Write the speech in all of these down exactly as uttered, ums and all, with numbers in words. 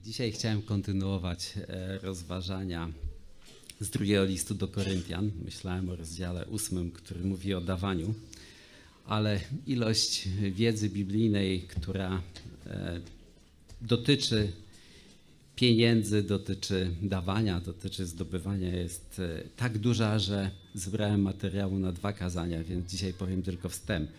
Dzisiaj chciałem kontynuować rozważania z drugiego listu do Koryntian. Myślałem o rozdziale ósmym, który mówi o dawaniu, ale ilość wiedzy biblijnej, która dotyczy pieniędzy, dotyczy dawania, dotyczy zdobywania, jest tak duża, że zebrałem materiału na dwa kazania, więc dzisiaj powiem tylko wstęp.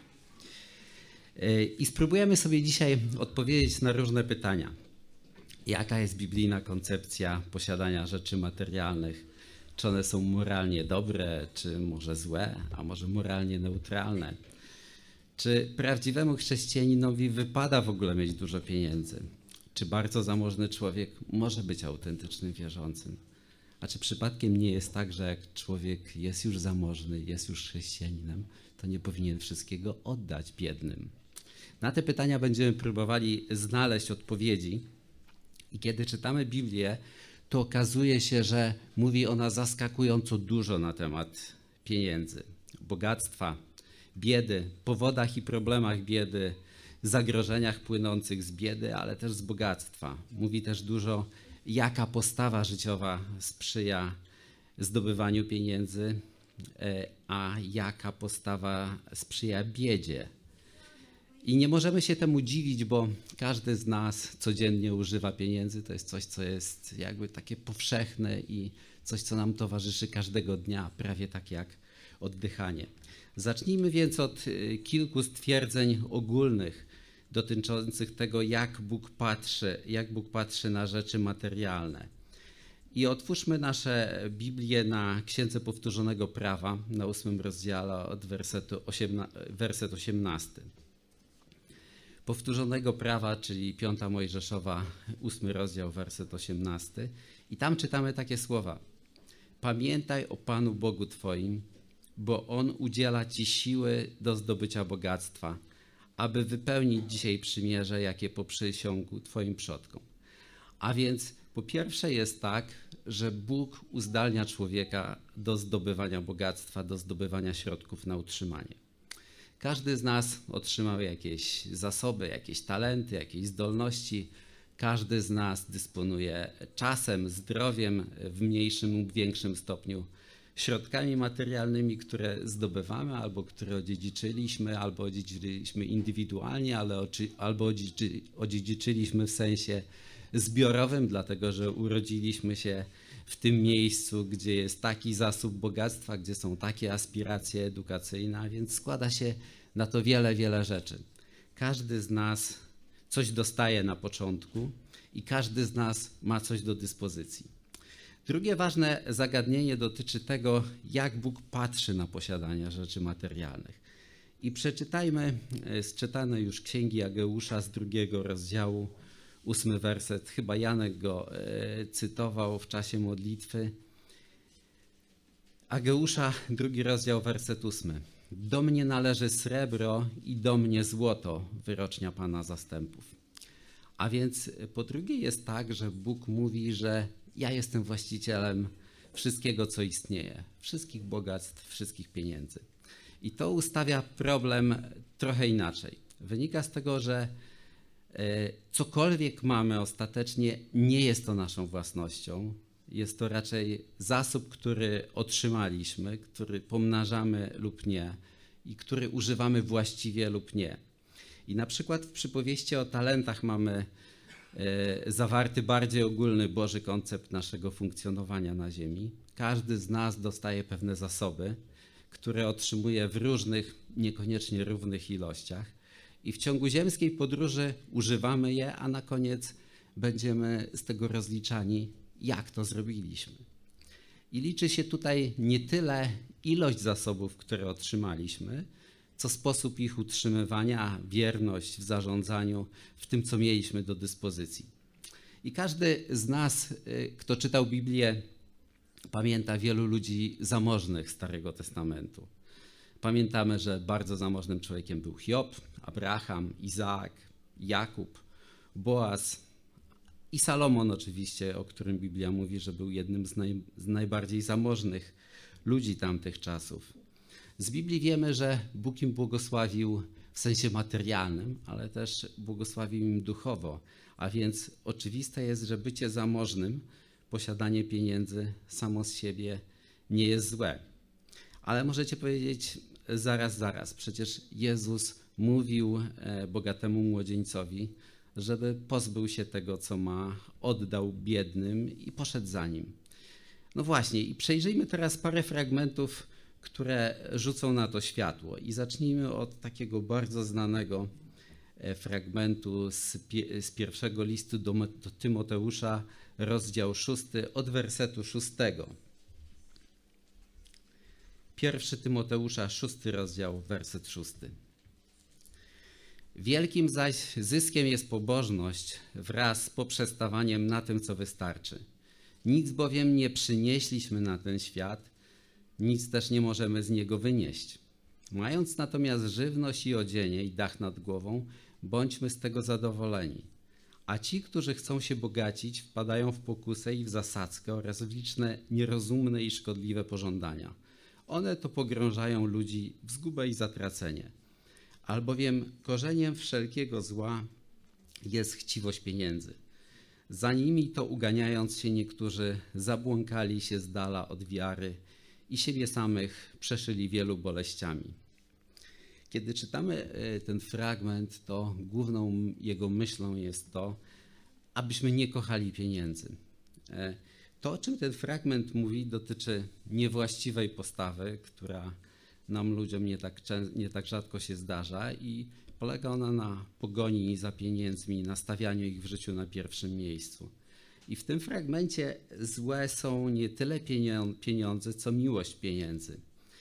I spróbujemy sobie dzisiaj odpowiedzieć na różne pytania. Jaka jest biblijna koncepcja posiadania rzeczy materialnych? Czy one są moralnie dobre, czy może złe, a może moralnie neutralne? Czy prawdziwemu chrześcijaninowi wypada w ogóle mieć dużo pieniędzy? Czy bardzo zamożny człowiek może być autentycznym wierzącym? A czy przypadkiem nie jest tak, że jak człowiek jest już zamożny, jest już chrześcijaninem, to nie powinien wszystkiego oddać biednym? Na te pytania będziemy próbowali znaleźć odpowiedzi. I kiedy czytamy Biblię, to okazuje się, że mówi ona zaskakująco dużo na temat pieniędzy, bogactwa, biedy, powodach i problemach biedy, zagrożeniach płynących z biedy, ale też z bogactwa. Mówi też dużo, jaka postawa życiowa sprzyja zdobywaniu pieniędzy, a jaka postawa sprzyja biedzie. I nie możemy się temu dziwić, bo każdy z nas codziennie używa pieniędzy. To jest coś, co jest jakby takie powszechne i coś, co nam towarzyszy każdego dnia, prawie tak jak oddychanie. Zacznijmy więc od kilku stwierdzeń ogólnych dotyczących tego, jak Bóg patrzy, jak Bóg patrzy na rzeczy materialne. I otwórzmy nasze Biblię na Księdze Powtórzonego Prawa, na ósmym rozdziale od wersetu osiemnastego, werset osiemnasty. Powtórzonego Prawa, czyli piąta Mojżeszowa, ósmy rozdział, werset osiemnasty. I tam czytamy takie słowa. Pamiętaj o Panu Bogu Twoim, bo On udziela Ci siły do zdobycia bogactwa, aby wypełnić dzisiaj przymierze, jakie poprzysiągł Twoim przodkom. A więc po pierwsze jest tak, że Bóg uzdalnia człowieka do zdobywania bogactwa, do zdobywania środków na utrzymanie. Każdy z nas otrzymał jakieś zasoby, jakieś talenty, jakieś zdolności. Każdy z nas dysponuje czasem, zdrowiem w mniejszym lub większym stopniu, środkami materialnymi, które zdobywamy albo które odziedziczyliśmy, albo odziedziczyliśmy indywidualnie, ale oczy, albo odziedziczyliśmy w sensie zbiorowym, dlatego że urodziliśmy się w tym miejscu, gdzie jest taki zasób bogactwa, gdzie są takie aspiracje edukacyjne, a więc składa się na to wiele, wiele rzeczy. Każdy z nas coś dostaje na początku i każdy z nas ma coś do dyspozycji. Drugie ważne zagadnienie dotyczy tego, jak Bóg patrzy na posiadanie rzeczy materialnych. I przeczytajmy z czytanej już Księgi Ageusza z drugiego rozdziału, ósmy werset. Chyba Janek go e, cytował w czasie modlitwy. Ageusza, drugi rozdział, werset ósmy. Do mnie należy srebro i do mnie złoto, wyrocznia Pana zastępów. A więc po drugie jest tak, że Bóg mówi, że ja jestem właścicielem wszystkiego, co istnieje, wszystkich bogactw, wszystkich pieniędzy. I to ustawia problem trochę inaczej. Wynika z tego, że cokolwiek mamy ostatecznie, nie jest to naszą własnością. Jest to raczej zasób, który otrzymaliśmy, który pomnażamy lub nie i który używamy właściwie lub nie. I na przykład w przypowieści o talentach mamy e, zawarty bardziej ogólny Boży koncept naszego funkcjonowania na ziemi. Każdy z nas dostaje pewne zasoby, które otrzymuje w różnych, niekoniecznie równych ilościach. I w ciągu ziemskiej podróży używamy je, a na koniec będziemy z tego rozliczani, jak to zrobiliśmy. I liczy się tutaj nie tyle ilość zasobów, które otrzymaliśmy, co sposób ich utrzymywania, wierność w zarządzaniu, w tym, co mieliśmy do dyspozycji. I każdy z nas, kto czytał Biblię, pamięta wielu ludzi zamożnych Starego Testamentu. Pamiętamy, że bardzo zamożnym człowiekiem był Hiob, Abraham, Izaak, Jakub, Boaz i Salomon oczywiście, o którym Biblia mówi, że był jednym z, naj, z najbardziej zamożnych ludzi tamtych czasów. Z Biblii wiemy, że Bóg im błogosławił w w sensie materialnym, ale też błogosławił im duchowo. A więc oczywiste jest, że bycie zamożnym, posiadanie pieniędzy samo z siebie nie jest złe. Ale możecie powiedzieć, zaraz, zaraz, przecież Jezus mówił bogatemu młodzieńcowi, żeby pozbył się tego, co ma, oddał biednym i poszedł za nim. No właśnie, i przejrzyjmy teraz parę fragmentów, które rzucą na to światło. I zacznijmy od takiego bardzo znanego fragmentu z, pie, z pierwszego listu do, do Tymoteusza, rozdział szósty, od wersetu szóstego. Pierwszy Tymoteusza, szósty rozdział, werset szósty. Wielkim zaś zyskiem jest pobożność wraz z poprzestawaniem na tym, co wystarczy. Nic bowiem nie przynieśliśmy na ten świat, nic też nie możemy z niego wynieść. Mając natomiast żywność i odzienie i dach nad głową, bądźmy z tego zadowoleni. A ci, którzy chcą się bogacić, wpadają w pokusę i w zasadzkę oraz w liczne nierozumne i szkodliwe pożądania. One to pogrążają ludzi w zgubę i zatracenie. Albowiem korzeniem wszelkiego zła jest chciwość pieniędzy. Za nimi to uganiając się niektórzy zabłąkali się z dala od wiary i siebie samych przeszyli wielu boleściami. Kiedy czytamy ten fragment, to główną jego myślą jest to, abyśmy nie kochali pieniędzy. To, o czym ten fragment mówi, dotyczy niewłaściwej postawy, która nam ludziom nie tak, nie tak rzadko się zdarza i polega ona na pogoni za pieniędzmi, na stawianiu ich w życiu na pierwszym miejscu. I w tym fragmencie złe są nie tyle pieniądze, co miłość pieniędzy.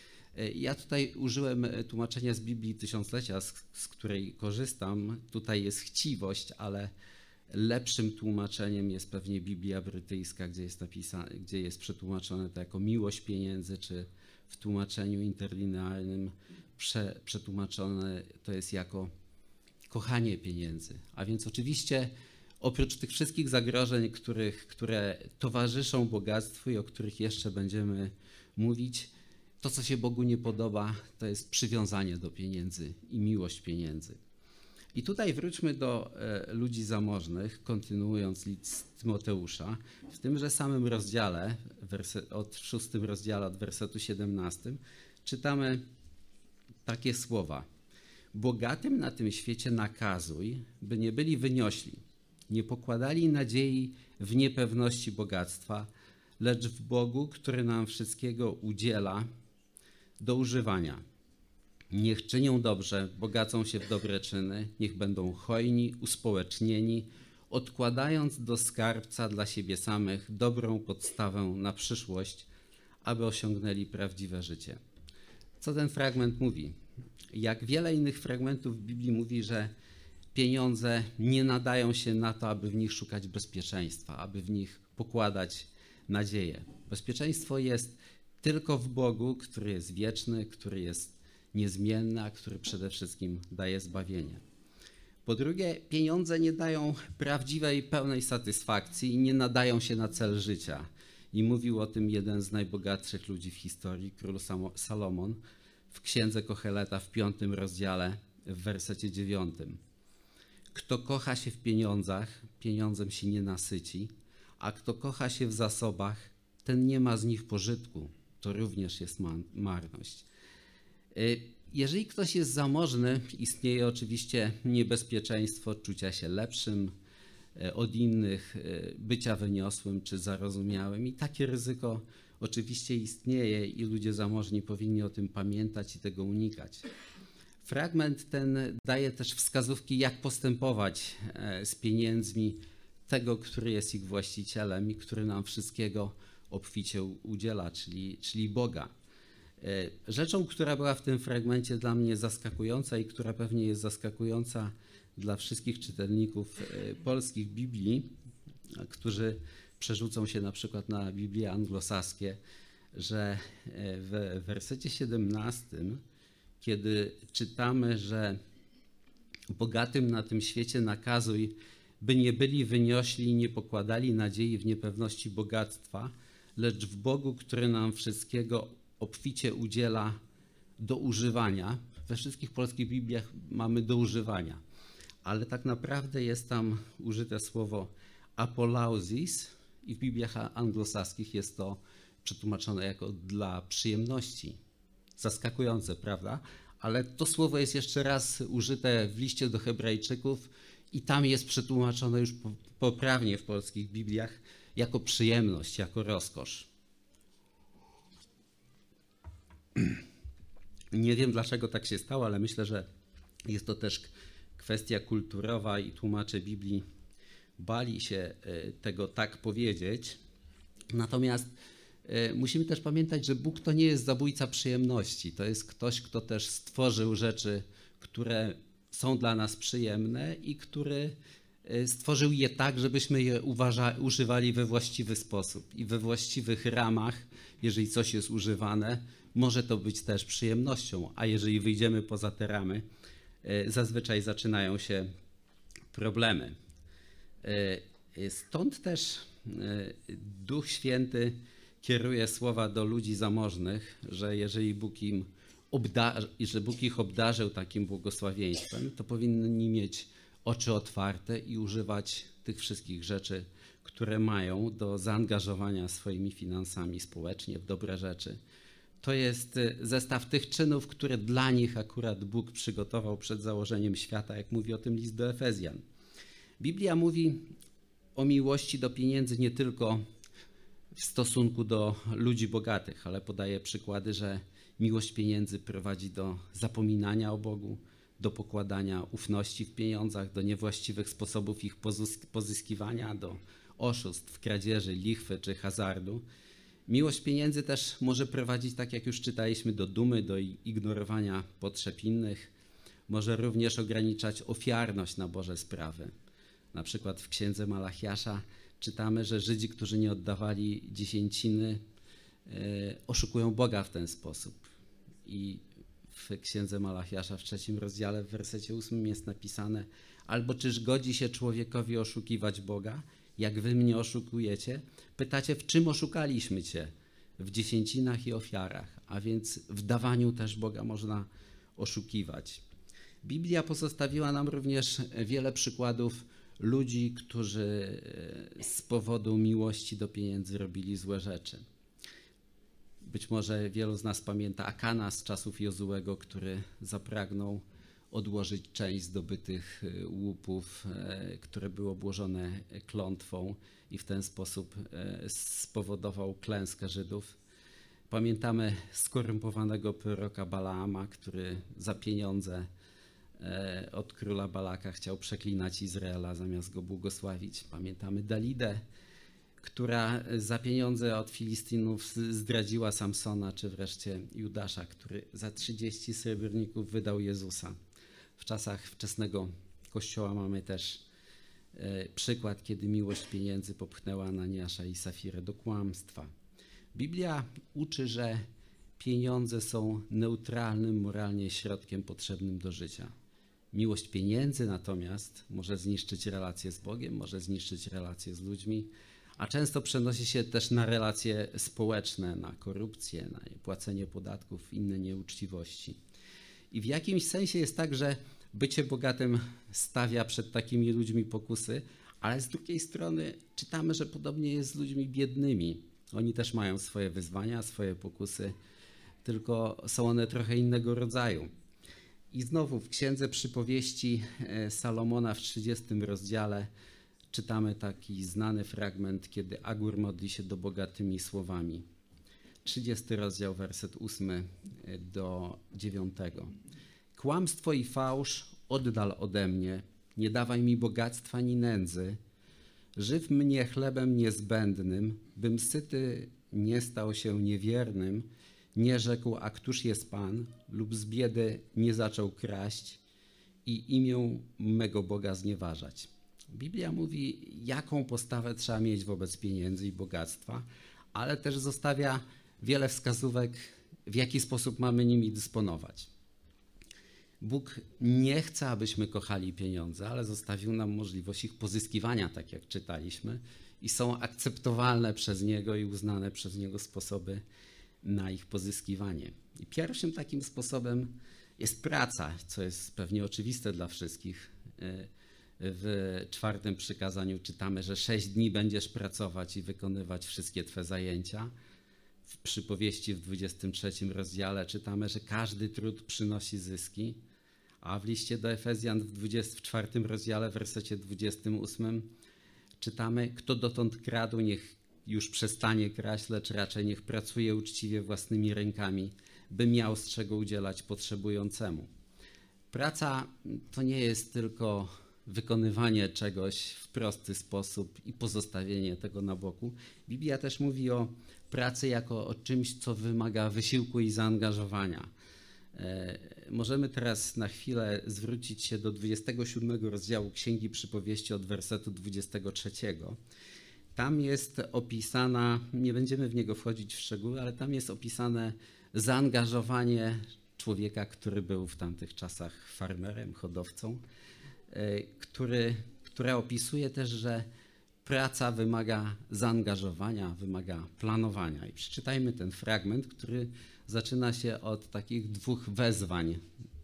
Ja tutaj użyłem tłumaczenia z Biblii Tysiąclecia, z, z której korzystam. Tutaj jest chciwość, ale lepszym tłumaczeniem jest pewnie Biblia brytyjska, gdzie jest napisane, gdzie jest przetłumaczone to jako miłość pieniędzy, czy w tłumaczeniu interlinearnym prze, przetłumaczone to jest jako kochanie pieniędzy. A więc oczywiście oprócz tych wszystkich zagrożeń, których, które towarzyszą bogactwu i o których jeszcze będziemy mówić, to, co się Bogu nie podoba, to jest przywiązanie do pieniędzy i miłość pieniędzy. I tutaj wróćmy do e, ludzi zamożnych, kontynuując list Tymoteusza. W tymże samym rozdziale, werset, od w szóstym rozdziale, od wersetu siedemnastego, czytamy takie słowa. Bogatym na tym świecie nakazuj, by nie byli wyniośli, nie pokładali nadziei w niepewności bogactwa, lecz w Bogu, który nam wszystkiego udziela do używania. Niech czynią dobrze, bogacą się w dobre czyny, niech będą hojni, uspołecznieni, odkładając do skarbca dla siebie samych dobrą podstawę na przyszłość, aby osiągnęli prawdziwe życie. Co ten fragment mówi? Jak wiele innych fragmentów w Biblii mówi, że pieniądze nie nadają się na to, aby w nich szukać bezpieczeństwa, aby w nich pokładać nadzieję. Bezpieczeństwo jest tylko w Bogu, który jest wieczny, który jest niezmienny, a który przede wszystkim daje zbawienie. Po drugie, pieniądze nie dają prawdziwej, pełnej satysfakcji i nie nadają się na cel życia. I mówił o tym jeden z najbogatszych ludzi w historii, król Salomon, w księdze Kocheleta w piątym rozdziale, w wersecie dziewiątym. Kto kocha się w pieniądzach, pieniądzem się nie nasyci, a kto kocha się w zasobach, ten nie ma z nich pożytku. To również jest marność. Jeżeli ktoś jest zamożny, istnieje oczywiście niebezpieczeństwo czucia się lepszym od innych, bycia wyniosłym czy zarozumiałym i takie ryzyko oczywiście istnieje i ludzie zamożni powinni o tym pamiętać i tego unikać. Fragment ten daje też wskazówki, jak postępować z pieniędzmi tego, który jest ich właścicielem i który nam wszystkiego obficie udziela, czyli, czyli Boga. Rzeczą, która była w tym fragmencie dla mnie zaskakująca i która pewnie jest zaskakująca dla wszystkich czytelników polskich Biblii, którzy przerzucą się na przykład na Biblię anglosaskie, że w wersecie siedemnastym, kiedy czytamy, że bogatym na tym świecie nakazuj, by nie byli wyniośli i nie pokładali nadziei w niepewności bogactwa, lecz w Bogu, który nam wszystkiego obficie udziela do używania. we wszystkich polskich Bibliach mamy do używania, ale tak naprawdę jest tam użyte słowo apolausis i w Bibliach anglosaskich jest to przetłumaczone jako dla przyjemności. Zaskakujące, prawda? Ale to słowo jest jeszcze raz użyte w liście do Hebrajczyków i tam jest przetłumaczone już poprawnie w polskich Bibliach jako przyjemność, jako rozkosz. Nie wiem, dlaczego tak się stało, ale myślę, że jest to też kwestia kulturowa i tłumacze Biblii bali się tego tak powiedzieć. Natomiast musimy też pamiętać, że Bóg to nie jest zabójca przyjemności. To jest ktoś, kto też stworzył rzeczy, które są dla nas przyjemne i który stworzył je tak, żebyśmy je uważa, używali we właściwy sposób i we właściwych ramach. Jeżeli coś jest używane, może to być też przyjemnością, a jeżeli wyjdziemy poza te ramy, zazwyczaj zaczynają się problemy. Stąd też Duch Święty kieruje słowa do ludzi zamożnych, że jeżeli Bóg im obda- że Bóg ich obdarzył takim błogosławieństwem, to powinni mieć oczy otwarte i używać tych wszystkich rzeczy, które mają do zaangażowania swoimi finansami społecznie w dobre rzeczy. To jest zestaw tych czynów, które dla nich akurat Bóg przygotował przed założeniem świata, jak mówi o tym list do Efezjan. Biblia mówi o miłości do pieniędzy nie tylko w stosunku do ludzi bogatych, ale podaje przykłady, że miłość pieniędzy prowadzi do zapominania o Bogu, do pokładania ufności w pieniądzach, do niewłaściwych sposobów ich pozyskiwania, do oszustw, kradzieży, lichwy czy hazardu. Miłość pieniędzy też może prowadzić, tak jak już czytaliśmy, do dumy, do ignorowania potrzeb innych. Może również ograniczać ofiarność na Boże sprawy. Na przykład w księdze Malachiasza czytamy, że Żydzi, którzy nie oddawali dziesięciny, oszukują Boga w ten sposób. I w księdze Malachiasza w trzecim rozdziale, w wersecie ósmym jest napisane: albo czyż godzi się człowiekowi oszukiwać Boga, jak wy mnie oszukujecie? Pytacie, w czym oszukaliśmy cię? W dziesięcinach i ofiarach, a więc w dawaniu też Boga można oszukiwać. Biblia pozostawiła nam również wiele przykładów ludzi, którzy z powodu miłości do pieniędzy robili złe rzeczy. Być może wielu z nas pamięta Akana z czasów Jozułego, który zapragnął odłożyć część zdobytych łupów, które były obłożone klątwą i w ten sposób spowodował klęskę Żydów. Pamiętamy skorumpowanego proroka Balaama, który za pieniądze od króla Balaka chciał przeklinać Izraela zamiast go błogosławić. Pamiętamy Dalidę, która za pieniądze od Filistynów zdradziła Samsona, czy wreszcie Judasza, który za trzydzieści srebrników wydał Jezusa. W czasach wczesnego Kościoła mamy też przykład, kiedy miłość pieniędzy popchnęła Ananiasza i Safirę do kłamstwa. Biblia uczy, że pieniądze są neutralnym moralnie środkiem potrzebnym do życia. Miłość pieniędzy natomiast może zniszczyć relacje z Bogiem, może zniszczyć relacje z ludźmi, a często przenosi się też na relacje społeczne, na korupcję, na płacenie podatków, inne nieuczciwości. I w jakimś sensie jest tak, że bycie bogatym stawia przed takimi ludźmi pokusy, ale z drugiej strony czytamy, że podobnie jest z ludźmi biednymi. Oni też mają swoje wyzwania, swoje pokusy, tylko są one trochę innego rodzaju. I znowu w Księdze Przypowieści Salomona w trzydziestym rozdziale czytamy taki znany fragment, kiedy Agur modli się do Boga tymi słowami. trzydziesty rozdział, werset ósmy do dziewiątego. Kłamstwo i fałsz oddal ode mnie, nie dawaj mi bogactwa ani nędzy. Żyw mnie chlebem niezbędnym, bym syty nie stał się niewiernym, nie rzekł, a któż jest Pan, lub z biedy nie zaczął kraść i imię mego Boga znieważać. Biblia mówi, jaką postawę trzeba mieć wobec pieniędzy i bogactwa, ale też zostawia wiele wskazówek, w jaki sposób mamy nimi dysponować. Bóg nie chce, abyśmy kochali pieniądze, ale zostawił nam możliwość ich pozyskiwania, tak jak czytaliśmy, i są akceptowalne przez Niego i uznane przez Niego sposoby na ich pozyskiwanie. I pierwszym takim sposobem Jest praca, co jest pewnie oczywiste dla wszystkich. W czwartym przykazaniu czytamy, że sześć dni będziesz pracować i wykonywać wszystkie twe zajęcia. W przypowieści w dwudziestym trzecim rozdziale czytamy, że każdy trud przynosi zyski, a w liście do Efezjan w dwudziestym czwartym rozdziale, w wersecie dwudziestym ósmym czytamy, kto dotąd kradł, niech już przestanie kraść, lecz raczej niech pracuje uczciwie własnymi rękami, by miał z czego udzielać potrzebującemu. Praca to nie jest tylko wykonywanie czegoś w prosty sposób i pozostawienie tego na boku. Biblia też mówi o pracy jako o czymś, co wymaga wysiłku i zaangażowania. E, możemy teraz na chwilę zwrócić się do dwudziestego siódmego rozdziału Księgi Przypowieści od wersetu dwudziestego trzeciego. Tam jest opisana, nie będziemy w niego wchodzić w szczegóły, ale tam jest opisane zaangażowanie człowieka, który był w tamtych czasach farmerem, hodowcą, który, które opisuje też, że praca wymaga zaangażowania, wymaga planowania. I przeczytajmy ten fragment, który zaczyna się od takich dwóch wezwań,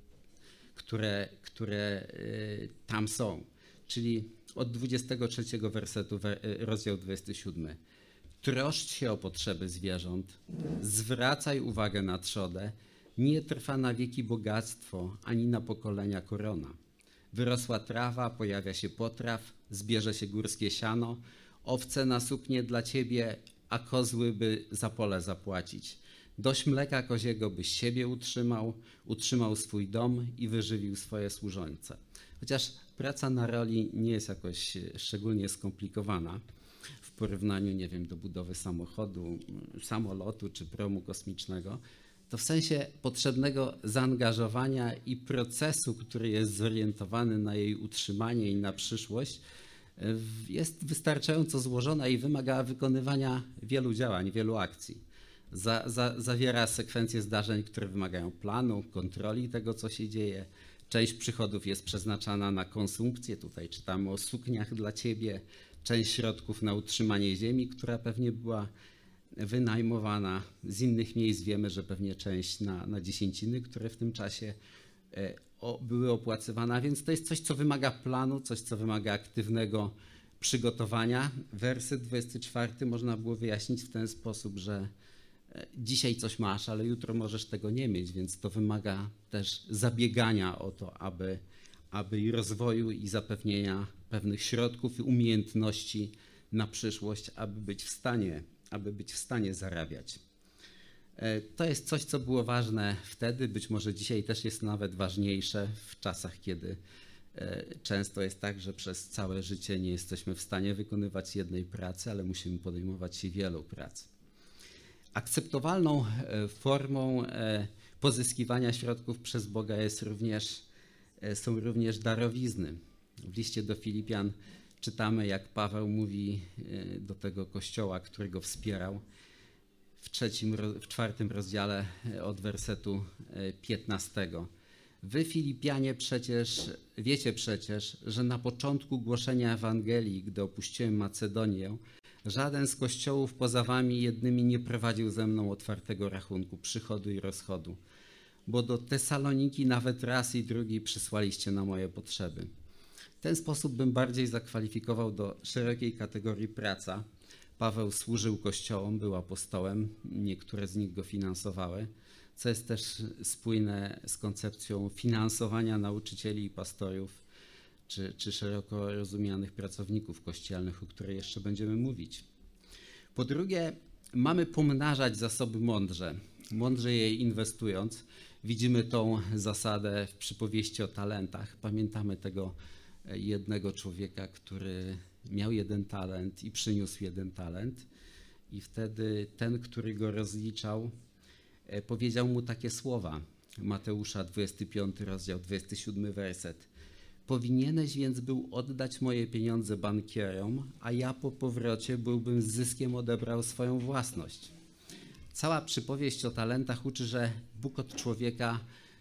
które, które tam są. Czyli od dwudziestego trzeciego wersetu, rozdział dwudziesty siódmy. Troszcz się o potrzeby zwierząt, zwracaj uwagę na trzodę, nie trwa na wieki bogactwo, ani na pokolenia korona. Wyrosła trawa, pojawia się potraw, zbierze się górskie siano, owce na suknie dla ciebie, a kozły by za pole zapłacić. Dość mleka koziego byś siebie utrzymał, utrzymał swój dom i wyżywił swoje służące. Chociaż praca na roli nie jest jakoś szczególnie skomplikowana w porównaniu, nie wiem, do budowy samochodu, samolotu czy promu kosmicznego, to w sensie potrzebnego zaangażowania i procesu, który jest zorientowany na jej utrzymanie i na przyszłość, jest wystarczająco złożona i wymaga wykonywania wielu działań, wielu akcji. Za, za, zawiera sekwencję zdarzeń, które wymagają planu, kontroli tego, co się dzieje. Część przychodów jest przeznaczana na konsumpcję, tutaj czytamy o sukniach dla ciebie, część środków na utrzymanie ziemi, która pewnie była wynajmowana. Z innych miejsc wiemy, że pewnie część na, na dziesięciny, które w tym czasie e, o, były opłacywane, więc to jest coś, co wymaga planu, coś, co wymaga aktywnego przygotowania. Werset dwudziesty czwarty można było wyjaśnić w ten sposób, że e, dzisiaj coś masz, ale jutro możesz tego nie mieć, więc to wymaga też zabiegania o to, aby, aby i rozwoju i zapewnienia pewnych środków i umiejętności na przyszłość, aby być w stanie aby być w stanie zarabiać. To jest coś, co było ważne wtedy, być może dzisiaj też jest nawet ważniejsze w czasach, kiedy często jest tak, że przez całe życie nie jesteśmy w stanie wykonywać jednej pracy, ale musimy podejmować się wielu prac. Akceptowalną formą pozyskiwania środków przez Boga jest również, są również darowizny. W liście do Filipian czytamy, jak Paweł mówi do tego kościoła, który go wspierał w, trzecim, w czwartym rozdziale od wersetu piętnastego. Wy, Filipianie, przecież wiecie przecież, że na początku głoszenia Ewangelii, gdy opuściłem Macedonię, żaden z kościołów poza wami jednymi nie prowadził ze mną otwartego rachunku, przychodu i rozchodu, bo do Tesaloniki nawet raz i drugi przysłaliście na moje potrzeby. W ten sposób bym bardziej zakwalifikował do szerokiej kategorii praca. Paweł służył kościołom, był apostołem, niektóre z nich go finansowały, co jest też spójne z koncepcją finansowania nauczycieli i pastorów, czy, czy szeroko rozumianych pracowników kościelnych, o której jeszcze będziemy mówić. Po drugie, mamy pomnażać zasoby mądrze, mądrze je inwestując. Widzimy tą zasadę w przypowieści o talentach. Pamiętamy tego jednego człowieka, który miał jeden talent i przyniósł jeden talent. I wtedy ten, który go rozliczał, powiedział mu takie słowa. Mateusza dwudziesty piąty rozdział, dwudziesty siódmy werset. Powinieneś więc był oddać moje pieniądze bankierom, a ja po powrocie byłbym z zyskiem odebrał swoją własność. Cała przypowieść o talentach uczy, że Bóg od człowieka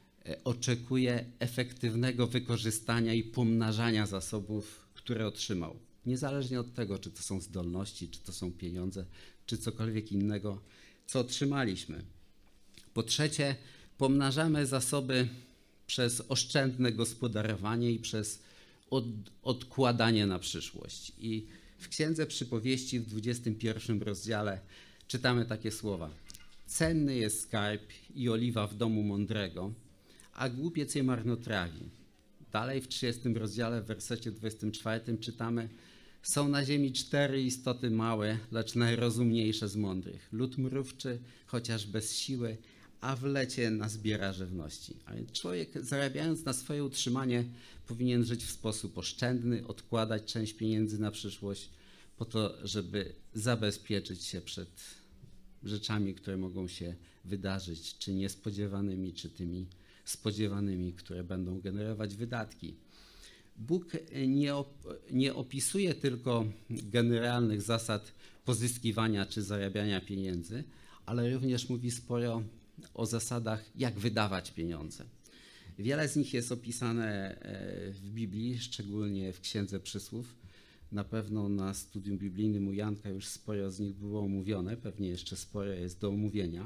oczekuje efektywnego wykorzystania i pomnażania zasobów, które otrzymał. Niezależnie od tego, czy to są zdolności, czy to są pieniądze, czy cokolwiek innego, co otrzymaliśmy. Po trzecie, pomnażamy zasoby przez oszczędne gospodarowanie i przez od, odkładanie na przyszłość. I w Księdze Przypowieści w dwudziestym pierwszym rozdziale czytamy takie słowa. Cenny jest skarb i oliwa w domu mądrego, a głupiec je marnotrawi. Dalej w trzydziestym rozdziale, w wersecie dwudziestym czwartym czytamy: są na ziemi cztery istoty małe, lecz najrozumniejsze z mądrych. Lud mrówczy, chociaż bez siły, a w lecie nazbiera żywności. A więc człowiek, zarabiając na swoje utrzymanie, powinien żyć w sposób oszczędny, odkładać część pieniędzy na przyszłość, po to, żeby zabezpieczyć się przed rzeczami, które mogą się wydarzyć, czy niespodziewanymi, czy tymi spodziewanymi, które będą generować wydatki. Bóg nie, op nie opisuje tylko generalnych zasad pozyskiwania czy zarabiania pieniędzy, ale również mówi sporo o zasadach, jak wydawać pieniądze. Wiele z nich jest opisane w Biblii, szczególnie w Księdze Przysłów. Na pewno na studium biblijnym u Janka już sporo z nich było omówione, pewnie jeszcze sporo jest do omówienia.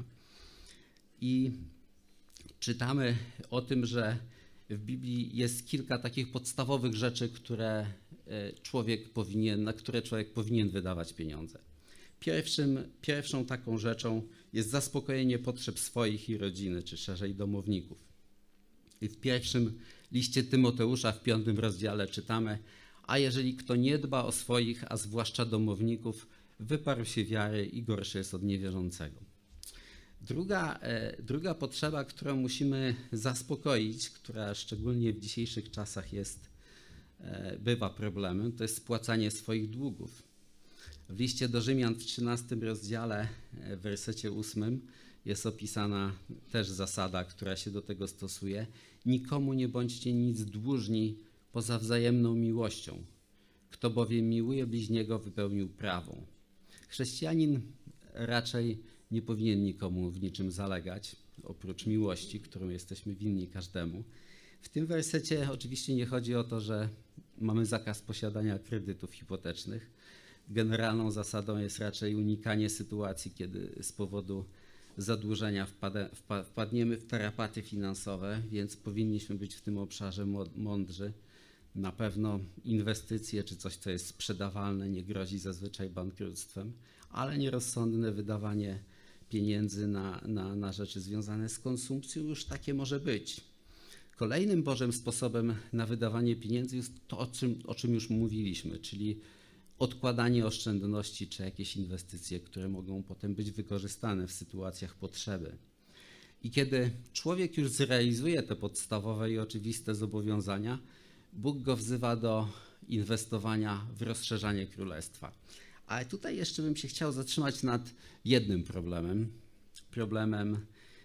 I czytamy o tym, że w Biblii jest kilka takich podstawowych rzeczy, które człowiek powinien, na które człowiek powinien wydawać pieniądze. Pierwszym, pierwszą taką rzeczą jest zaspokojenie potrzeb swoich i rodziny, czy szerzej domowników. I w pierwszym liście Tymoteusza w piątym rozdziale czytamy: a jeżeli kto nie dba o swoich, a zwłaszcza domowników, wyparł się wiary i gorszy jest od niewierzącego. Druga, druga potrzeba, którą musimy zaspokoić, która szczególnie w dzisiejszych czasach jest, bywa problemem, to jest spłacanie swoich długów. W liście do Rzymian w trzynastym rozdziale, w wersecie ósmym jest opisana też zasada, która się do tego stosuje. Nikomu nie bądźcie nic dłużni poza wzajemną miłością. Kto bowiem miłuje bliźniego, wypełnił prawo. Chrześcijanin raczej nie powinien nikomu w niczym zalegać, oprócz miłości, którą jesteśmy winni każdemu. W tym wersecie oczywiście nie chodzi o to, że mamy zakaz posiadania kredytów hipotecznych. Generalną zasadą jest raczej unikanie sytuacji, kiedy z powodu zadłużenia wpada, wpadniemy w tarapaty finansowe, więc powinniśmy być w tym obszarze mądrzy. Na pewno inwestycje czy coś, co jest sprzedawalne, nie grozi zazwyczaj bankructwem, ale nierozsądne wydawanie pieniędzy na, na, na rzeczy związane z konsumpcją już takie może być. Kolejnym Bożym sposobem na wydawanie pieniędzy jest to, o czym, o czym już mówiliśmy, czyli odkładanie oszczędności czy jakieś inwestycje, które mogą potem być wykorzystane w sytuacjach potrzeby. I kiedy człowiek już zrealizuje te podstawowe i oczywiste zobowiązania, Bóg go wzywa do inwestowania w rozszerzanie królestwa. Ale tutaj jeszcze bym się chciał zatrzymać nad jednym problemem. Problemem,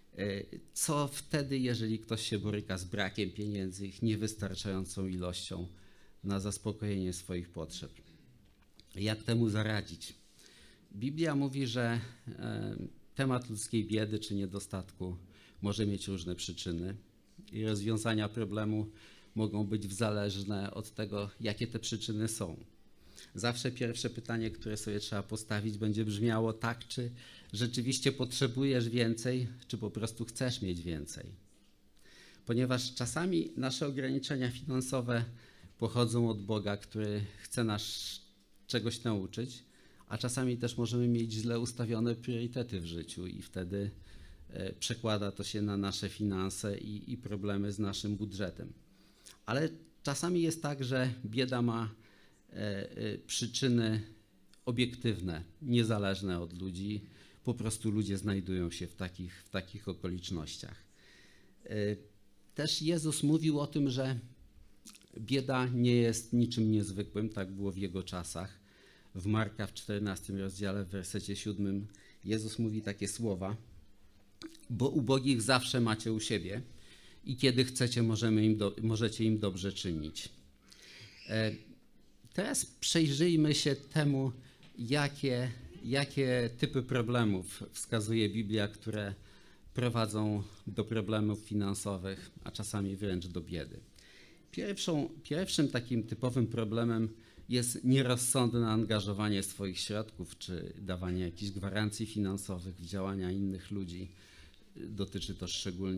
co wtedy, jeżeli ktoś się boryka z brakiem pieniędzy, ich niewystarczającą ilością na zaspokojenie swoich potrzeb. Jak temu zaradzić? Biblia mówi, że temat ludzkiej biedy czy niedostatku może mieć różne przyczyny i rozwiązania problemu mogą być zależne od tego, jakie te przyczyny są. Zawsze pierwsze pytanie, które sobie trzeba postawić, będzie brzmiało tak, czy rzeczywiście potrzebujesz więcej, czy po prostu chcesz mieć więcej. Ponieważ czasami nasze ograniczenia finansowe pochodzą od Boga, który chce nas czegoś nauczyć, a czasami też możemy mieć źle ustawione priorytety w życiu i wtedy przekłada to się na nasze finanse i, i problemy z naszym budżetem. Ale czasami jest tak, że bieda ma przyczyny obiektywne, niezależne od ludzi. Po prostu ludzie znajdują się w takich, w takich okolicznościach. Też Jezus mówił o tym, że bieda nie jest niczym niezwykłym, tak było w Jego czasach. W Marka w czternastym rozdziale, w wersecie siódmym Jezus mówi takie słowa: bo ubogich zawsze macie u siebie i kiedy chcecie, możemy im do, możecie im dobrze czynić. Teraz przejrzyjmy się temu, jakie, jakie typy problemów wskazuje Biblia, które prowadzą do problemów finansowych, a czasami wręcz do biedy. Pierwszą, pierwszym takim typowym problemem jest nierozsądne angażowanie swoich środków, czy dawanie jakichś gwarancji finansowych w działania innych ludzi. Dotyczy to szczególnie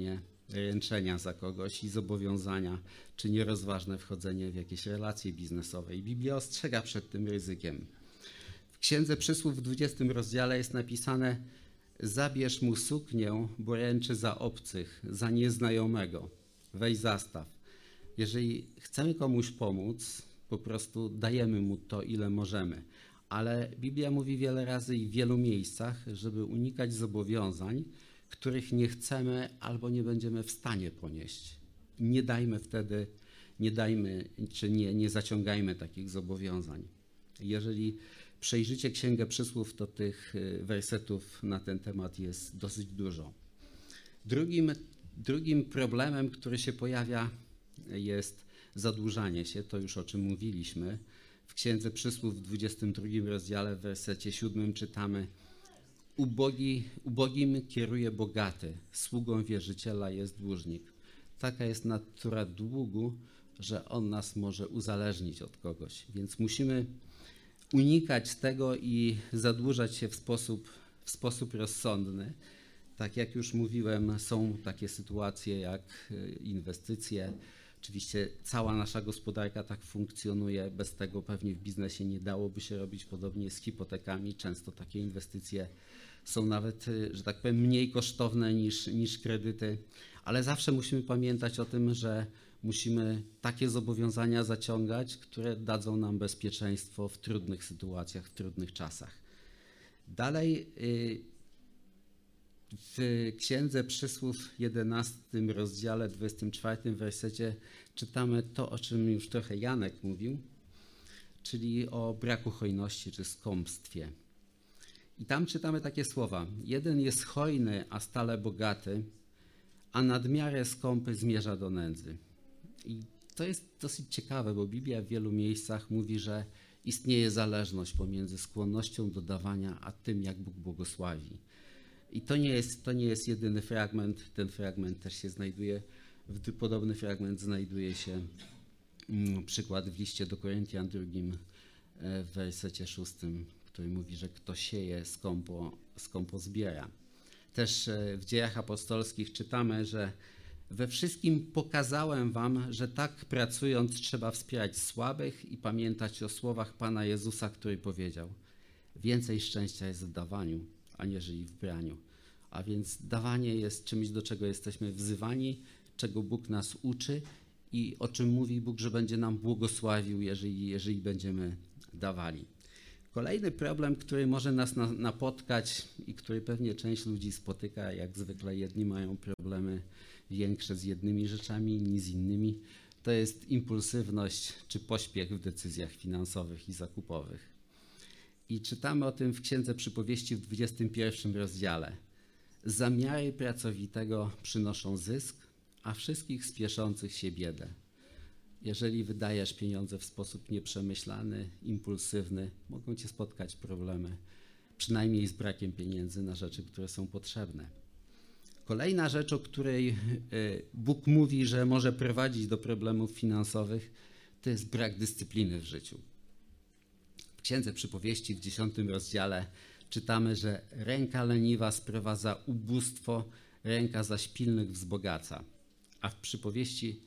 ręczenia za kogoś i zobowiązania, czy nierozważne wchodzenie w jakieś relacje biznesowe. I Biblia ostrzega przed tym ryzykiem. W Księdze Przysłów w dwudziestym rozdziale jest napisane: zabierz mu suknię, bo ręczy za obcych, za nieznajomego. Weź zastaw. Jeżeli chcemy komuś pomóc, po prostu dajemy mu to, ile możemy. Ale Biblia mówi wiele razy i w wielu miejscach, żeby unikać zobowiązań, których nie chcemy albo nie będziemy w stanie ponieść. Nie dajmy wtedy, nie dajmy, czy nie, nie zaciągajmy takich zobowiązań. Jeżeli przejrzycie Księgę Przysłów, to tych wersetów na ten temat jest dosyć dużo. Drugim, drugim problemem, który się pojawia, jest zadłużanie się, to już o czym mówiliśmy. W Księdze Przysłów w dwudziestym drugim rozdziale w wersecie siódmym czytamy: Ubogi, ubogim kieruje bogaty, sługą wierzyciela jest dłużnik. Taka jest natura długu, że on nas może uzależnić od kogoś, więc musimy unikać tego i zadłużać się w sposób, w sposób rozsądny. Tak jak już mówiłem, są takie sytuacje jak inwestycje. Oczywiście cała nasza gospodarka tak funkcjonuje, bez tego pewnie w biznesie nie dałoby się robić. Podobnie z hipotekami. Często takie inwestycje są nawet, że tak powiem, mniej kosztowne niż, niż kredyty, ale zawsze musimy pamiętać o tym, że musimy takie zobowiązania zaciągać, które dadzą nam bezpieczeństwo w trudnych sytuacjach, w trudnych czasach. Dalej w Księdze Przysłów w jedenastym rozdziale, dwudziestym czwartym wersecie czytamy to, o czym już trochę Janek mówił, czyli o braku hojności czy skąpstwie. I tam czytamy takie słowa: jeden jest hojny, a stale bogaty, a nadmiarę skąpy zmierza do nędzy. I to jest dosyć ciekawe, bo Biblia w wielu miejscach mówi, że istnieje zależność pomiędzy skłonnością do dawania, a tym, jak Bóg błogosławi. I to nie jest, to nie jest jedyny fragment, ten fragment też się znajduje, podobny fragment znajduje się mm, przykład w liście do Koryntian drugim w wersecie szóstym, który mówi, że kto sieje, skąpo, skąpo zbiera. Też w Dziejach Apostolskich czytamy, że we wszystkim pokazałem wam, że tak pracując trzeba wspierać słabych i pamiętać o słowach Pana Jezusa, który powiedział: więcej szczęścia jest w dawaniu, aniżeli w braniu. A więc dawanie jest czymś, do czego jesteśmy wzywani, czego Bóg nas uczy i o czym mówi Bóg, że będzie nam błogosławił, jeżeli, jeżeli będziemy dawali. Kolejny problem, który może nas na, napotkać i który pewnie część ludzi spotyka, jak zwykle jedni mają problemy większe z jednymi rzeczami, inni z innymi, to jest impulsywność czy pośpiech w decyzjach finansowych i zakupowych. I czytamy o tym w Księdze Przypowieści w dwudziestym pierwszym rozdziale. Zamiary pracowitego przynoszą zysk, a wszystkich spieszących się biedę. Jeżeli wydajesz pieniądze w sposób nieprzemyślany, impulsywny, mogą cię spotkać problemy, przynajmniej z brakiem pieniędzy na rzeczy, które są potrzebne. Kolejna rzecz, o której Bóg mówi, że może prowadzić do problemów finansowych, to jest brak dyscypliny w życiu. W Księdze Przypowieści w dziesiątym rozdziale czytamy, że ręka leniwa sprowadza ubóstwo, ręka zaś pilnych wzbogaca. A w Przypowieści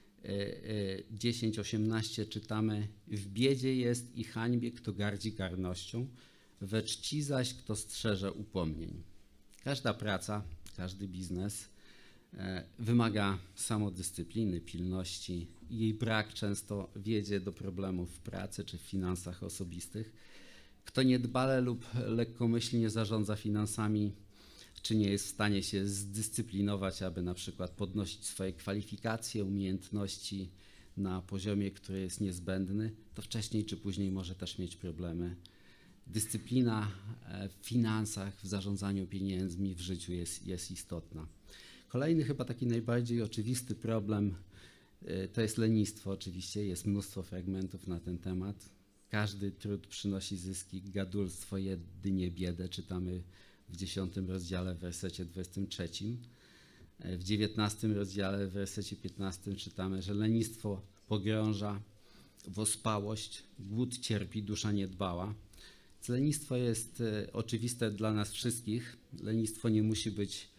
dziesięć osiemnaście czytamy: w biedzie jest i hańbie, kto gardzi karnością, we czci zaś, kto strzeże upomnień. Każda praca, każdy biznes wymaga samodyscypliny, pilności i jej brak często wiedzie do problemów w pracy czy w finansach osobistych. Kto niedbale lub lekkomyślnie zarządza finansami, czy nie jest w stanie się zdyscyplinować, aby na przykład podnosić swoje kwalifikacje, umiejętności na poziomie, który jest niezbędny, to wcześniej czy później może też mieć problemy. Dyscyplina w finansach, w zarządzaniu pieniędzmi w życiu jest, jest istotna. Kolejny, chyba taki najbardziej oczywisty problem, to jest lenistwo. Oczywiście jest mnóstwo fragmentów na ten temat. Każdy trud przynosi zyski, gadulstwo jedynie biedę, czytamy w dziesiątym rozdziale w wersecie dwudziestym trzecim. W dziewiętnastym rozdziale w wersecie piętnastym czytamy, że lenistwo pogrąża w ospałość, głód cierpi, dusza niedbała. Lenistwo jest oczywiste dla nas wszystkich. Lenistwo nie musi być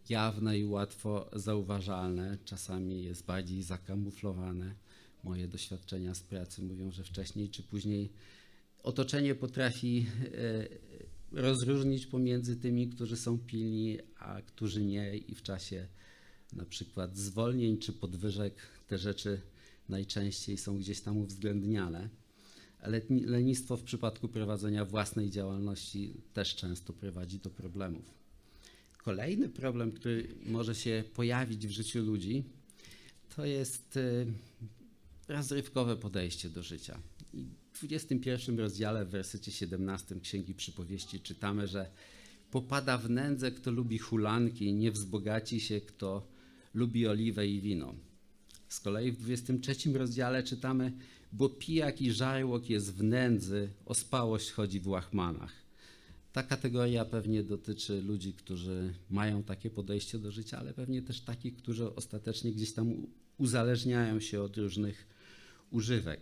jawne i łatwo zauważalne, czasami jest bardziej zakamuflowane. Moje doświadczenia z pracy mówią, że wcześniej czy później otoczenie potrafi rozróżnić pomiędzy tymi, którzy są pilni, a którzy nie, i w czasie na przykład zwolnień czy podwyżek te rzeczy najczęściej są gdzieś tam uwzględniane. Ale lenistwo w przypadku prowadzenia własnej działalności też często prowadzi do problemów. Kolejny problem, który może się pojawić w życiu ludzi, to jest rozrywkowe podejście do życia. I w dwudziestym pierwszym rozdziale, w wersecie siedemnastym Księgi Przypowieści czytamy, że popada w nędzę, kto lubi hulanki, nie wzbogaci się, kto lubi oliwę i wino. Z kolei w dwudziestym trzecim rozdziale czytamy, bo pijak i żarłok jest w nędzy, ospałość chodzi w łachmanach. Ta kategoria pewnie dotyczy ludzi, którzy mają takie podejście do życia, ale pewnie też takich, którzy ostatecznie gdzieś tam uzależniają się od różnych używek.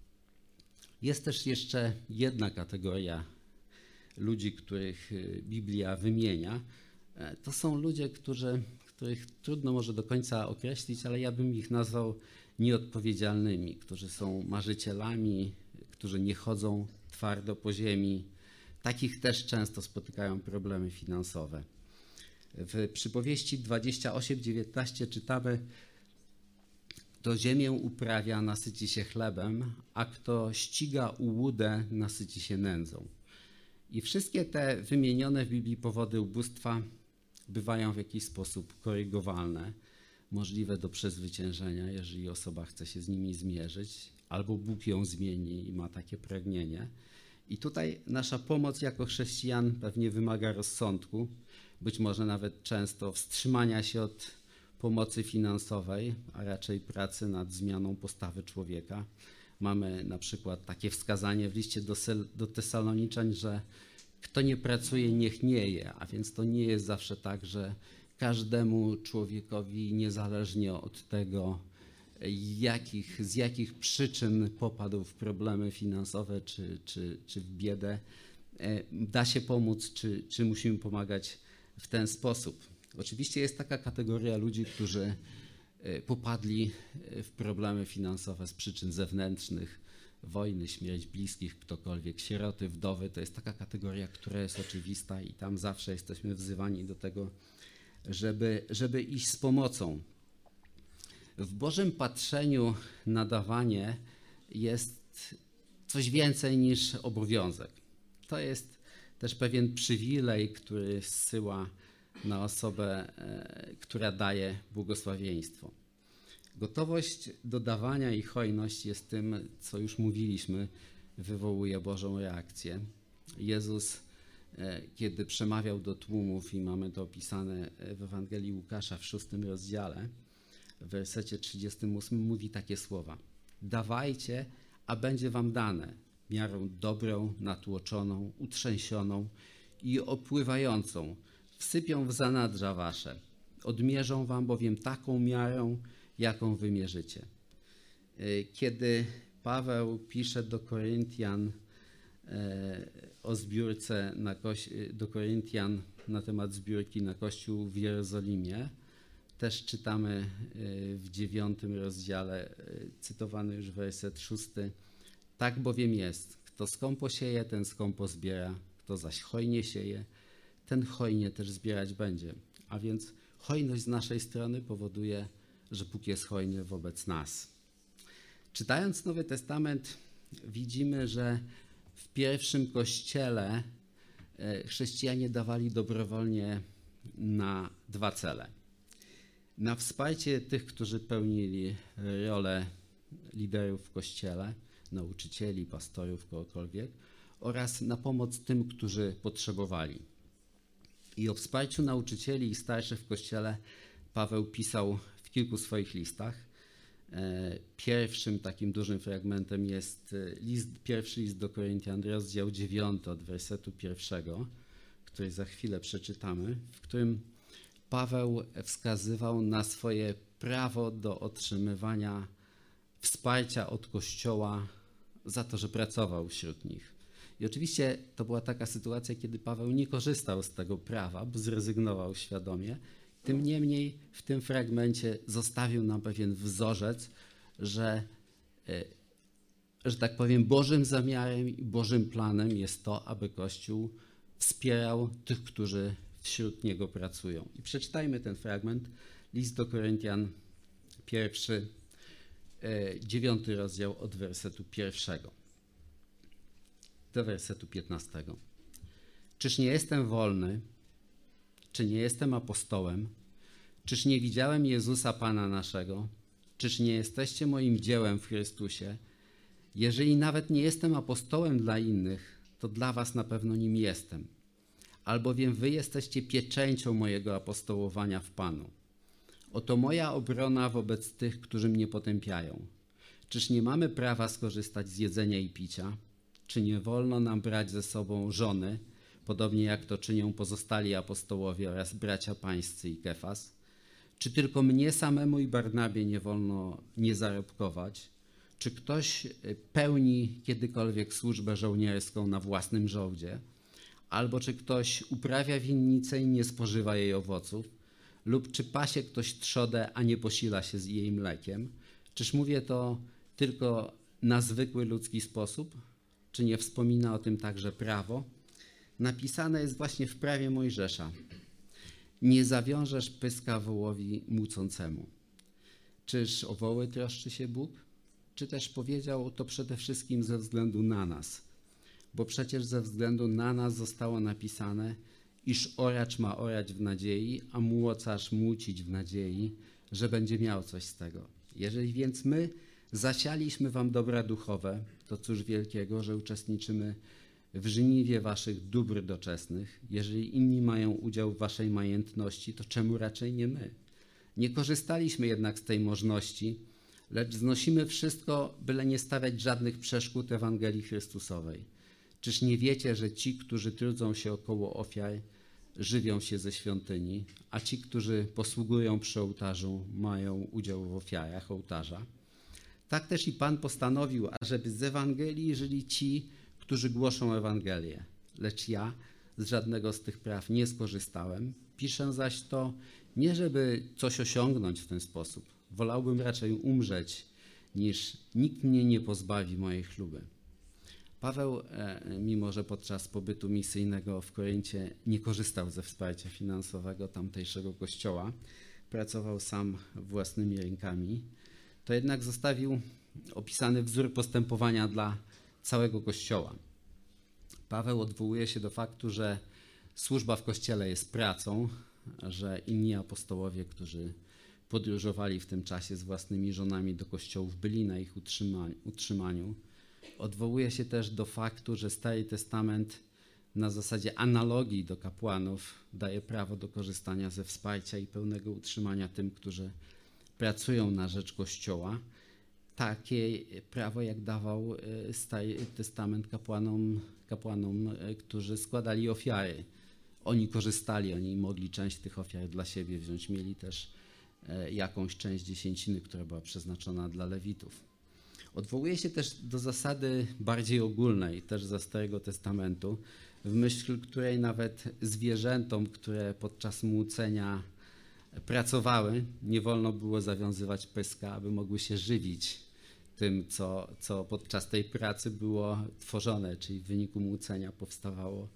Jest też jeszcze jedna kategoria ludzi, których Biblia wymienia. To są ludzie, którzy, których trudno może do końca określić, ale ja bym ich nazwał nieodpowiedzialnymi, którzy są marzycielami, którzy nie chodzą twardo po ziemi. Takich też często spotykają problemy finansowe. W Przypowieści dwadzieścia osiem dziewiętnaście czytamy, kto ziemię uprawia, nasyci się chlebem, a kto ściga ułudę, nasyci się nędzą. I wszystkie te wymienione w Biblii powody ubóstwa bywają w jakiś sposób korygowalne, możliwe do przezwyciężenia, jeżeli osoba chce się z nimi zmierzyć, albo Bóg ją zmieni i ma takie pragnienie. I tutaj nasza pomoc jako chrześcijan pewnie wymaga rozsądku, być może nawet często wstrzymania się od pomocy finansowej, a raczej pracy nad zmianą postawy człowieka. Mamy na przykład takie wskazanie w liście do, do Tesaloniczan, że kto nie pracuje, niech nie je, a więc to nie jest zawsze tak, że każdemu człowiekowi, niezależnie od tego, jakich, z jakich przyczyn popadł w problemy finansowe czy, czy, czy w biedę, da się pomóc, czy, czy musimy pomagać w ten sposób. Oczywiście jest taka kategoria ludzi, którzy popadli w problemy finansowe z przyczyn zewnętrznych, wojny, śmierć bliskich, ktokolwiek, sieroty, wdowy. To jest taka kategoria, która jest oczywista i tam zawsze jesteśmy wzywani do tego, żeby, żeby iść z pomocą. W Bożym patrzeniu nadawanie jest coś więcej niż obowiązek. To jest też pewien przywilej, który zsyła na osobę, która daje błogosławieństwo. Gotowość do dawania i hojność jest tym, co już mówiliśmy, wywołuje Bożą reakcję. Jezus, kiedy przemawiał do tłumów, i mamy to opisane w Ewangelii Łukasza w szóstym rozdziale, w wersecie trzydziestym ósmym mówi takie słowa: dawajcie, a będzie wam dane, miarą dobrą, natłoczoną, utrzęsioną i opływającą, wsypią w zanadrza wasze. Odmierzą wam bowiem taką miarą, jaką wymierzycie. Kiedy Paweł pisze do Koryntian o zbiórce na koś- do Koryntian na temat zbiórki na Kościół w Jerozolimie, też czytamy w dziewiątym rozdziale, cytowany już werset szósty. Tak bowiem jest, kto skąpo sieje, ten skąpo zbiera, kto zaś hojnie sieje, ten hojnie też zbierać będzie. A więc hojność z naszej strony powoduje, że Bóg jest hojny wobec nas. Czytając Nowy Testament, widzimy, że w pierwszym kościele chrześcijanie dawali dobrowolnie na dwa cele. Na wsparcie tych, którzy pełnili rolę liderów w kościele, nauczycieli, pastorów, kogokolwiek, oraz na pomoc tym, którzy potrzebowali. I o wsparciu nauczycieli i starszych w kościele Paweł pisał w kilku swoich listach. Pierwszym takim dużym fragmentem jest list, pierwszy list do Koryntian, rozdział dziewiąty od wersetu pierwszego, który za chwilę przeczytamy, w którym Paweł wskazywał na swoje prawo do otrzymywania wsparcia od Kościoła za to, że pracował wśród nich. I oczywiście to była taka sytuacja, kiedy Paweł nie korzystał z tego prawa, bo zrezygnował świadomie Tym niemniej w tym fragmencie zostawił nam pewien wzorzec, że, że tak powiem, Bożym zamiarem i Bożym planem jest to, aby Kościół wspierał tych, którzy wśród niego pracują. I przeczytajmy ten fragment. List do Koryntian, pierwszy, dziewiąty rozdział od wersetu pierwszego do wersetu piętnastego. Czyż nie jestem wolny? Czy nie jestem apostołem? Czyż nie widziałem Jezusa Pana naszego? Czyż nie jesteście moim dziełem w Chrystusie? Jeżeli nawet nie jestem apostołem dla innych, to dla was na pewno nim jestem. Albowiem wy jesteście pieczęcią mojego apostołowania w Panu. Oto moja obrona wobec tych, którzy mnie potępiają. Czyż nie mamy prawa skorzystać z jedzenia i picia? Czy nie wolno nam brać ze sobą żony, podobnie jak to czynią pozostali apostołowie oraz bracia pańscy i Kefas? Czy tylko mnie samemu i Barnabie nie wolno nie zarobkować? Czy ktoś pełni kiedykolwiek służbę żołnierską na własnym żołdzie? Albo czy ktoś uprawia winnicę i nie spożywa jej owoców? Lub czy pasie ktoś trzodę, a nie posila się z jej mlekiem? Czyż mówię to tylko na zwykły ludzki sposób? Czy nie wspomina o tym także prawo? Napisane jest właśnie w prawie Mojżesza. Nie zawiążesz pyska wołowi mucącemu. Czyż o woły troszczy się Bóg? Czy też powiedział to przede wszystkim ze względu na nas? Bo przecież ze względu na nas zostało napisane, iż oracz ma orać w nadziei, a młocarz młócić w nadziei, że będzie miał coś z tego. Jeżeli więc my zasialiśmy wam dobra duchowe, to cóż wielkiego, że uczestniczymy w żniwie waszych dóbr doczesnych. Jeżeli inni mają udział w waszej majętności, to czemu raczej nie my? Nie korzystaliśmy jednak z tej możności, lecz znosimy wszystko, byle nie stawiać żadnych przeszkód Ewangelii Chrystusowej. Czyż nie wiecie, że ci, którzy trudzą się około ofiar, żywią się ze świątyni, a ci, którzy posługują przy ołtarzu, mają udział w ofiarach ołtarza? Tak też i Pan postanowił, ażeby z Ewangelii żyli ci, którzy głoszą Ewangelię. Lecz ja z żadnego z tych praw nie skorzystałem. Piszę zaś to nie, żeby coś osiągnąć w ten sposób. Wolałbym raczej umrzeć, niż nikt mnie nie pozbawi mojej chluby. Paweł, mimo że podczas pobytu misyjnego w Koryncie nie korzystał ze wsparcia finansowego tamtejszego kościoła, pracował sam własnymi rękami, to jednak zostawił opisany wzór postępowania dla całego Kościoła. Paweł odwołuje się do faktu, że służba w Kościele jest pracą, że inni apostołowie, którzy podróżowali w tym czasie z własnymi żonami do kościołów, byli na ich utrzymaniu. Odwołuje się też do faktu, że Stary Testament na zasadzie analogii do kapłanów daje prawo do korzystania ze wsparcia i pełnego utrzymania tym, którzy pracują na rzecz Kościoła. Takie prawo, jak dawał Stary Testament kapłanom, kapłanom, którzy składali ofiary. Oni korzystali, oni mogli część tych ofiar dla siebie wziąć, mieli też jakąś część dziesięciny, która była przeznaczona dla Lewitów. Odwołuje się też do zasady bardziej ogólnej, też ze Starego Testamentu, w myśl której nawet zwierzętom, które podczas młócenia pracowały, nie wolno było zawiązywać pyska, aby mogły się żywić tym, co, co podczas tej pracy było tworzone, czyli w wyniku młócenia powstawało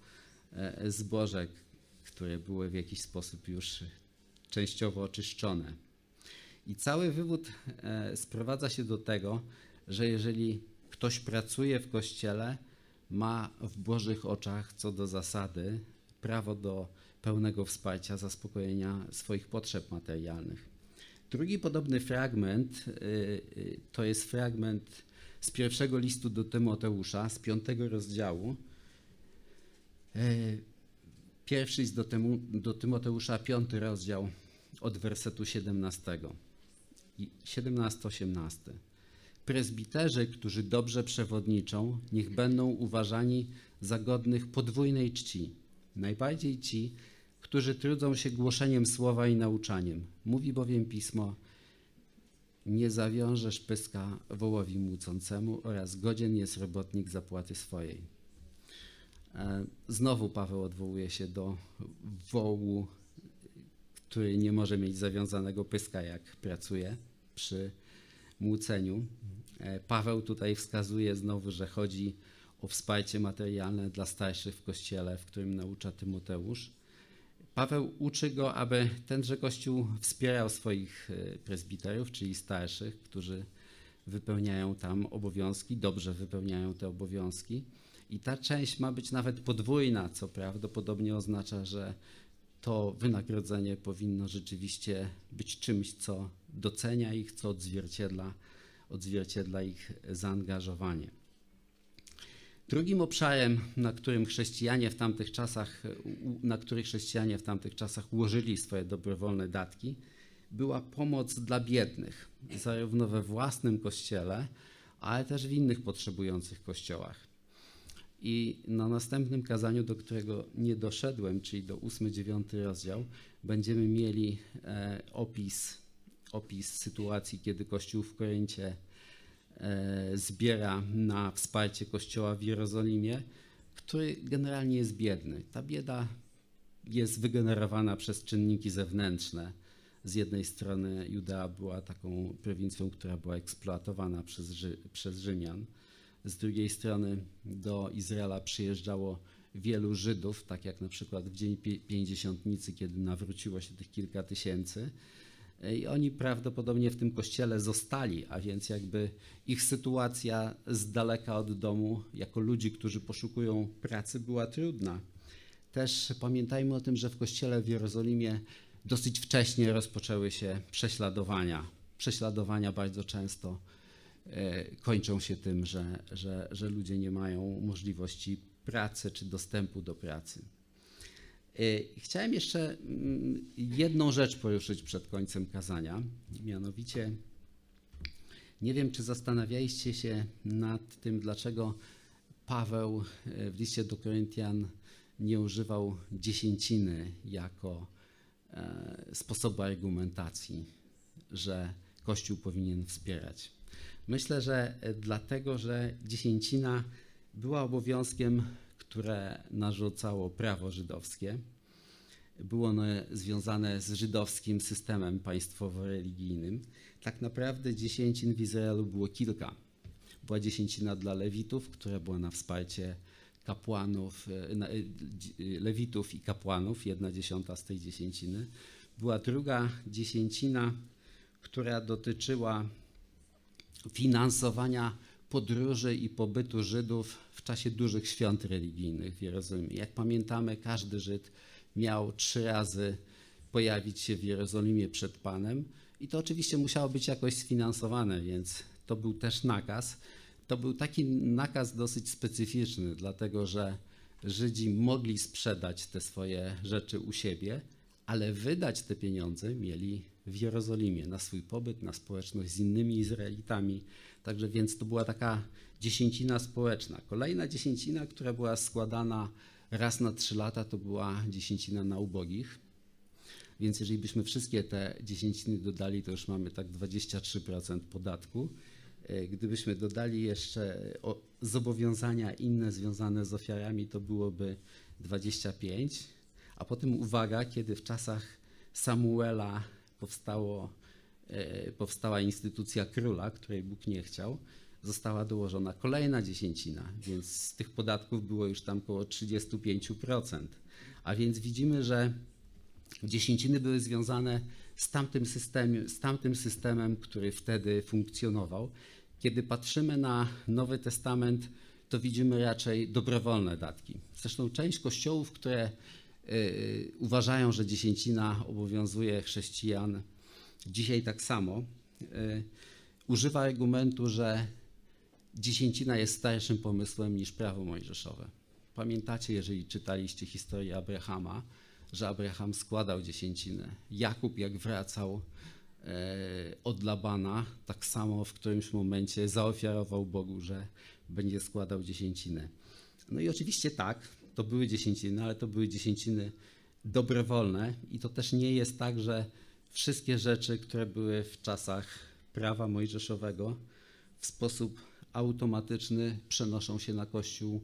zboże, które były w jakiś sposób już częściowo oczyszczone. I cały wywód sprowadza się do tego, że jeżeli ktoś pracuje w Kościele, ma w Bożych oczach co do zasady prawo do pełnego wsparcia, zaspokojenia swoich potrzeb materialnych. Drugi podobny fragment to jest fragment z pierwszego listu do Tymoteusza, z piątego rozdziału. Pierwszy list do, Tymu, do Tymoteusza, piąty rozdział od wersetu siedemnastego. siedemnasty osiemnasty. Prezbiterzy, którzy dobrze przewodniczą, niech będą uważani za godnych podwójnej czci. Najbardziej ci, którzy trudzą się głoszeniem słowa i nauczaniem. Mówi bowiem Pismo, nie zawiążesz pyska wołowi młócącemu oraz godzien jest robotnik zapłaty swojej. Znowu Paweł odwołuje się do wołu, który nie może mieć zawiązanego pyska, jak pracuje przy młóceniu. Paweł tutaj wskazuje znowu, że chodzi o wsparcie materialne dla starszych w Kościele, w którym naucza Tymoteusz. Paweł uczy go, aby tenże Kościół wspierał swoich prezbiterów, czyli starszych, którzy wypełniają tam obowiązki, dobrze wypełniają te obowiązki. I ta część ma być nawet podwójna, co prawdopodobnie oznacza, że to wynagrodzenie powinno rzeczywiście być czymś, co docenia ich, co odzwierciedla, odzwierciedla ich zaangażowanie. Drugim obszarem, na którym chrześcijanie w tamtych czasach, na który chrześcijanie w tamtych czasach ułożyli swoje dobrowolne datki, była pomoc dla biednych, zarówno we własnym kościele, ale też w innych potrzebujących kościołach. I na następnym kazaniu, do którego nie doszedłem, czyli do ósmy, dziewiąty rozdział, będziemy mieli e, opis, opis sytuacji, kiedy Kościół w Koryncie e, zbiera na wsparcie Kościoła w Jerozolimie, który generalnie jest biedny. Ta bieda jest wygenerowana przez czynniki zewnętrzne. Z jednej strony Judea była taką prowincją, która była eksploatowana przez, Rzy przez Rzymian. Z drugiej strony do Izraela przyjeżdżało wielu Żydów, tak jak na przykład w Dzień Pięćdziesiątnicy, kiedy nawróciło się tych kilka tysięcy. I oni prawdopodobnie w tym kościele zostali, a więc jakby ich sytuacja z daleka od domu, jako ludzi, którzy poszukują pracy, była trudna. Też pamiętajmy o tym, że w kościele w Jerozolimie dosyć wcześnie rozpoczęły się prześladowania. Prześladowania bardzo często kończą się tym, że, że, że ludzie nie mają możliwości pracy czy dostępu do pracy. Chciałem jeszcze jedną rzecz poruszyć przed końcem kazania, mianowicie nie wiem, czy zastanawialiście się nad tym, dlaczego Paweł w liście do Koryntian nie używał dziesięciny jako sposobu argumentacji, że Kościół powinien wspierać. Myślę, że dlatego, że dziesięcina była obowiązkiem, które narzucało prawo żydowskie. Było ono związane z żydowskim systemem państwowo-religijnym. Tak naprawdę dziesięcin w Izraelu było kilka. Była dziesięcina dla Lewitów, która była na wsparcie kapłanów, Lewitów i kapłanów, jedna dziesiąta z tej dziesięciny. Była druga dziesięcina, która dotyczyła finansowania podróży i pobytu Żydów w czasie dużych świąt religijnych w Jerozolimie. Jak pamiętamy, każdy Żyd miał trzy razy pojawić się w Jerozolimie przed Panem i to oczywiście musiało być jakoś sfinansowane, więc to był też nakaz. To był taki nakaz dosyć specyficzny, dlatego że Żydzi mogli sprzedać te swoje rzeczy u siebie, ale wydać te pieniądze mieli w Jerozolimie na swój pobyt, na społeczność z innymi Izraelitami. Także więc to była taka dziesięcina społeczna. Kolejna dziesięcina, która była składana raz na trzy lata, to była dziesięcina na ubogich. Więc jeżeli byśmy wszystkie te dziesięciny dodali, to już mamy tak dwadzieścia trzy procent podatku. Gdybyśmy dodali jeszcze zobowiązania inne związane z ofiarami, to byłoby dwadzieścia pięć procent. A potem uwaga, kiedy w czasach Samuela powstało, powstała instytucja króla, której Bóg nie chciał, została dołożona kolejna dziesięcina, więc z tych podatków było już tam około trzydzieści pięć procent. A więc widzimy, że dziesięciny były związane z tamtym systemem, z tamtym systemem, który wtedy funkcjonował. Kiedy patrzymy na Nowy Testament, to widzimy raczej dobrowolne datki. Zresztą część kościołów, które y, uważają, że dziesięcina obowiązuje chrześcijan, dzisiaj tak samo, y, używa argumentu, że dziesięcina jest starszym pomysłem niż prawo mojżeszowe. Pamiętacie, jeżeli czytaliście historię Abrahama, że Abraham składał dziesięcinę. Jakub, jak wracał e, od Labana, tak samo w którymś momencie zaofiarował Bogu, że będzie składał dziesięcinę. No i oczywiście tak, to były dziesięciny, ale to były dziesięciny dobrowolne i to też nie jest tak, że wszystkie rzeczy, które były w czasach prawa mojżeszowego, w sposób automatyczny przenoszą się na Kościół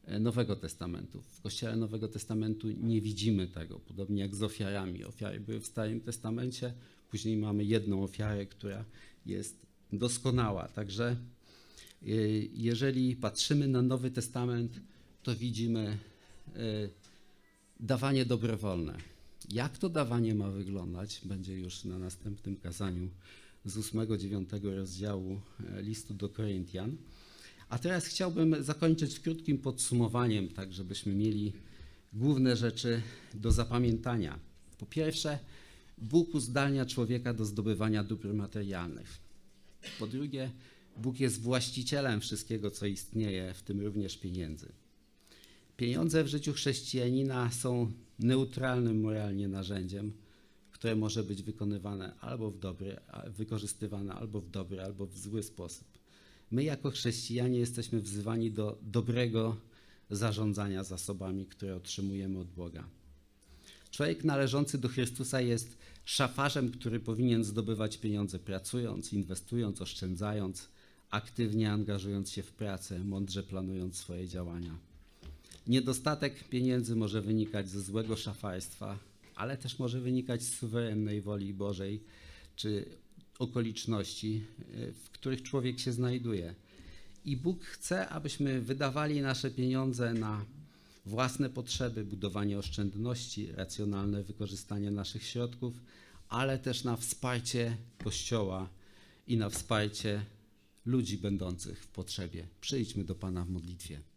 Nowego Testamentu. W Kościele Nowego Testamentu nie widzimy tego, podobnie jak z ofiarami. Ofiary były w Starym Testamencie, później mamy jedną ofiarę, która jest doskonała. Także jeżeli patrzymy na Nowy Testament, to widzimy dawanie dobrowolne. Jak to dawanie ma wyglądać, będzie już na następnym kazaniu z ósmego dziewiątego rozdziału listu do Koryntian. A teraz chciałbym zakończyć krótkim podsumowaniem, tak żebyśmy mieli główne rzeczy do zapamiętania. Po pierwsze, Bóg uzdalnia człowieka do zdobywania dóbr materialnych. Po drugie, Bóg jest właścicielem wszystkiego, co istnieje, w tym również pieniędzy. Pieniądze w życiu chrześcijanina są neutralnym moralnie narzędziem, które może być wykonywane albo w dobry, wykorzystywane albo w dobry, albo w zły sposób. My jako chrześcijanie jesteśmy wzywani do dobrego zarządzania zasobami, które otrzymujemy od Boga. Człowiek należący do Chrystusa jest szafarzem, który powinien zdobywać pieniądze pracując, inwestując, oszczędzając, aktywnie angażując się w pracę, mądrze planując swoje działania. Niedostatek pieniędzy może wynikać ze złego szafarstwa, ale też może wynikać z suwerennej woli Bożej czy okoliczności, w których człowiek się znajduje. I Bóg chce, abyśmy wydawali nasze pieniądze na własne potrzeby, budowanie oszczędności, racjonalne wykorzystanie naszych środków, ale też na wsparcie Kościoła i na wsparcie ludzi będących w potrzebie. Przyjdźmy do Pana w modlitwie.